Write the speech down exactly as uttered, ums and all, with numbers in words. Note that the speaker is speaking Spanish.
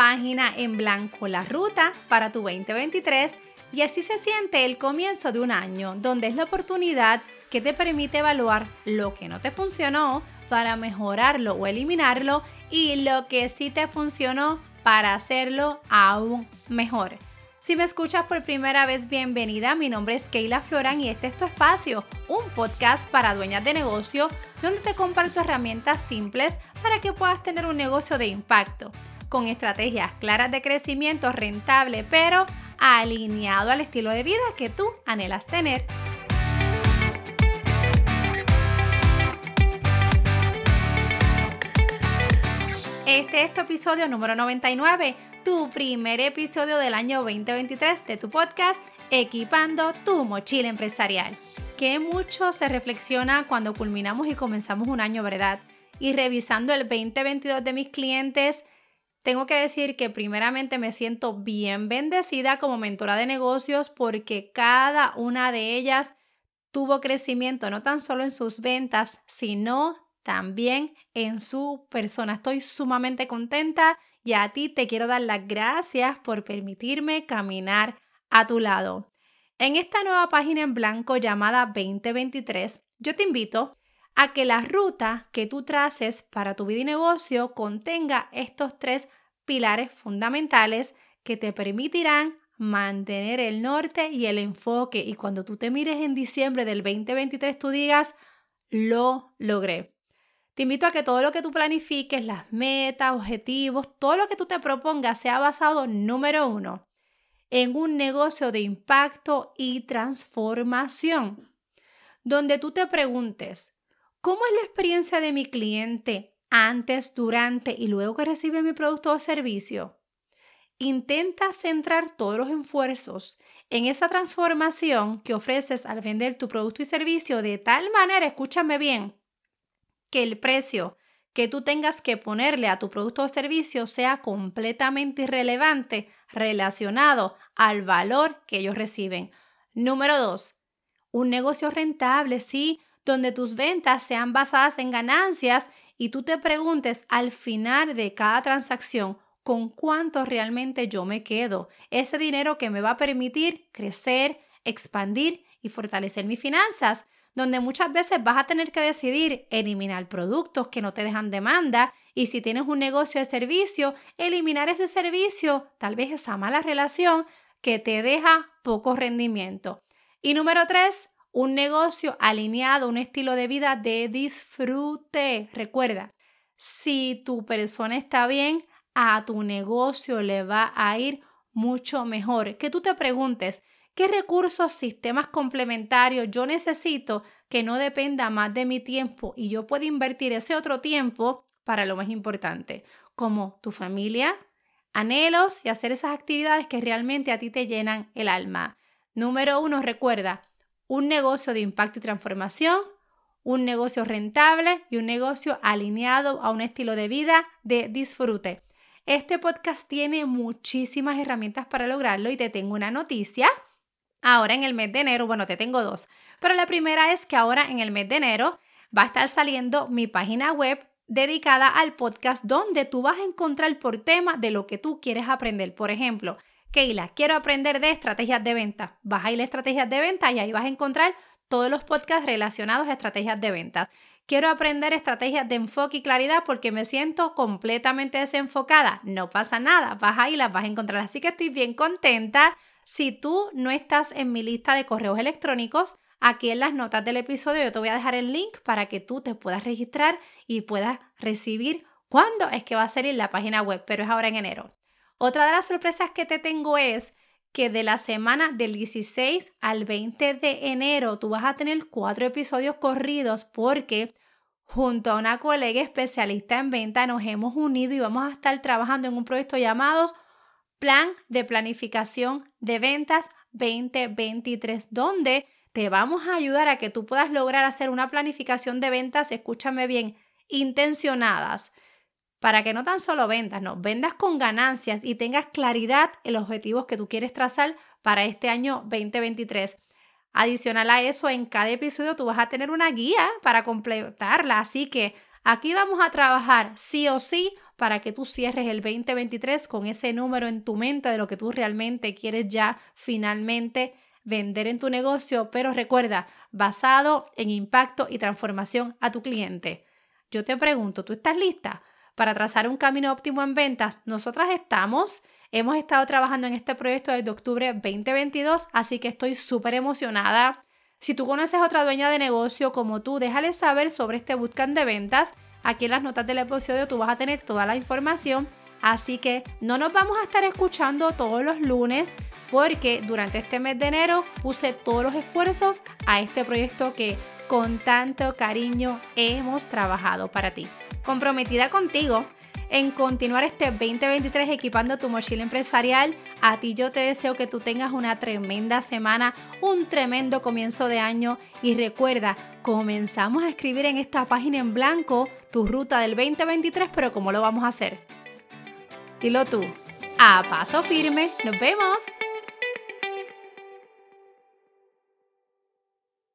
página en blanco, la ruta para tu veinte veintitrés, y así se siente el comienzo de un año, donde es la oportunidad que te permite evaluar lo que no te funcionó para mejorarlo o eliminarlo y lo que sí te funcionó para hacerlo aún mejor. Si me escuchas por primera vez, bienvenida. Mi nombre es Keila Florán y este es tu espacio, un podcast para dueñas de negocio donde te comparto herramientas simples para que puedas tener un negocio de impacto, con estrategias claras de crecimiento rentable, pero alineado al estilo de vida que tú anhelas tener. Este es tu episodio número noventa y nueve, tu primer episodio del año veinte veintitrés de tu podcast Equipando tu mochila empresarial. Que mucho se reflexiona cuando culminamos y comenzamos un año, ¿verdad? Y revisando el veinte veintidós de mis clientes, tengo que decir que primeramente me siento bien bendecida como mentora de negocios porque cada una de ellas tuvo crecimiento no tan solo en sus ventas, sino también en su persona. Estoy sumamente contenta y a ti te quiero dar las gracias por permitirme caminar a tu lado. En esta nueva página en blanco llamada veinte veintitrés, yo te invito a que la ruta que tú traces para tu vida y negocio contenga estos tres pilares fundamentales que te permitirán mantener el norte y el enfoque. Y cuando tú te mires en diciembre del veinte veintitrés, tú digas, lo logré. Te invito a que todo lo que tú planifiques, las metas, objetivos, todo lo que tú te propongas sea basado, número uno, en un negocio de impacto y transformación, donde tú te preguntes, ¿cómo es la experiencia de mi cliente antes, durante y luego que recibe mi producto o servicio? Intenta centrar todos los esfuerzos en esa transformación que ofreces al vender tu producto y servicio de tal manera, escúchame bien, que el precio que tú tengas que ponerle a tu producto o servicio sea completamente irrelevante relacionado al valor que ellos reciben. Número dos, un negocio rentable, sí, donde tus ventas sean basadas en ganancias y tú te preguntes al final de cada transacción, ¿con cuánto realmente yo me quedo? Ese dinero que me va a permitir crecer, expandir y fortalecer mis finanzas, donde muchas veces vas a tener que decidir eliminar productos que no te dejan demanda y si tienes un negocio de servicio, eliminar ese servicio, tal vez esa mala relación que te deja poco rendimiento. Y número tres, un negocio alineado a un estilo de vida de disfrute. Recuerda, si tu persona está bien, a tu negocio le va a ir mucho mejor. Que tú te preguntes, ¿qué recursos, sistemas complementarios yo necesito que no dependa más de mi tiempo y yo puedo invertir ese otro tiempo para lo más importante, como tu familia, anhelos y hacer esas actividades que realmente a ti te llenan el alma? Número uno, recuerda, un negocio de impacto y transformación, un negocio rentable y un negocio alineado a un estilo de vida de disfrute. Este podcast tiene muchísimas herramientas para lograrlo y te tengo una noticia. Ahora en el mes de enero, bueno, te tengo dos, pero la primera es que ahora en el mes de enero va a estar saliendo mi página web dedicada al podcast donde tú vas a encontrar por tema de lo que tú quieres aprender. Por ejemplo, Keila, quiero aprender de estrategias de venta. Vas a ir a estrategias de venta y ahí vas a encontrar todos los podcasts relacionados a estrategias de ventas. Quiero aprender estrategias de enfoque y claridad porque me siento completamente desenfocada. No pasa nada, vas ahí y las vas a encontrar. Así que estoy bien contenta. Si tú no estás en mi lista de correos electrónicos, aquí en las notas del episodio yo te voy a dejar el link para que tú te puedas registrar y puedas recibir cuándo es que va a salir la página web, pero es ahora en enero. Otra de las sorpresas que te tengo es que de la semana del dieciséis al veinte de enero tú vas a tener cuatro episodios corridos porque junto a una colega especialista en venta nos hemos unido y vamos a estar trabajando en un proyecto llamado Plan de Planificación de Ventas veinte veintitrés, donde te vamos a ayudar a que tú puedas lograr hacer una planificación de ventas, escúchame bien, intencionadas, para que no tan solo vendas, no, vendas con ganancias y tengas claridad en los objetivos que tú quieres trazar para este año veinte veintitrés. Adicional a eso, en cada episodio tú vas a tener una guía para completarla, así que aquí vamos a trabajar sí o sí para que tú cierres el veinte veintitrés con ese número en tu mente de lo que tú realmente quieres ya finalmente vender en tu negocio, pero recuerda, basado en impacto y transformación a tu cliente. Yo te pregunto, ¿tú estás lista para trazar un camino óptimo en ventas? Nosotras estamos, hemos estado trabajando en este proyecto desde octubre veinte veintidós, así que estoy súper emocionada. Si tú conoces a otra dueña de negocio como tú, déjale saber sobre este bootcamp de ventas. Aquí en las notas del episodio tú vas a tener toda la información. Así que no nos vamos a estar escuchando todos los lunes porque durante este mes de enero puse todos los esfuerzos a este proyecto que con tanto cariño hemos trabajado para ti. Comprometida contigo en continuar este veinte veintitrés equipando tu mochila empresarial. A ti yo te deseo que tú tengas una tremenda semana, un tremendo comienzo de año y recuerda, comenzamos a escribir en esta página en blanco tu ruta del veinte veintitrés, pero ¿cómo lo vamos a hacer? Dilo tú, a paso firme. ¡Nos vemos!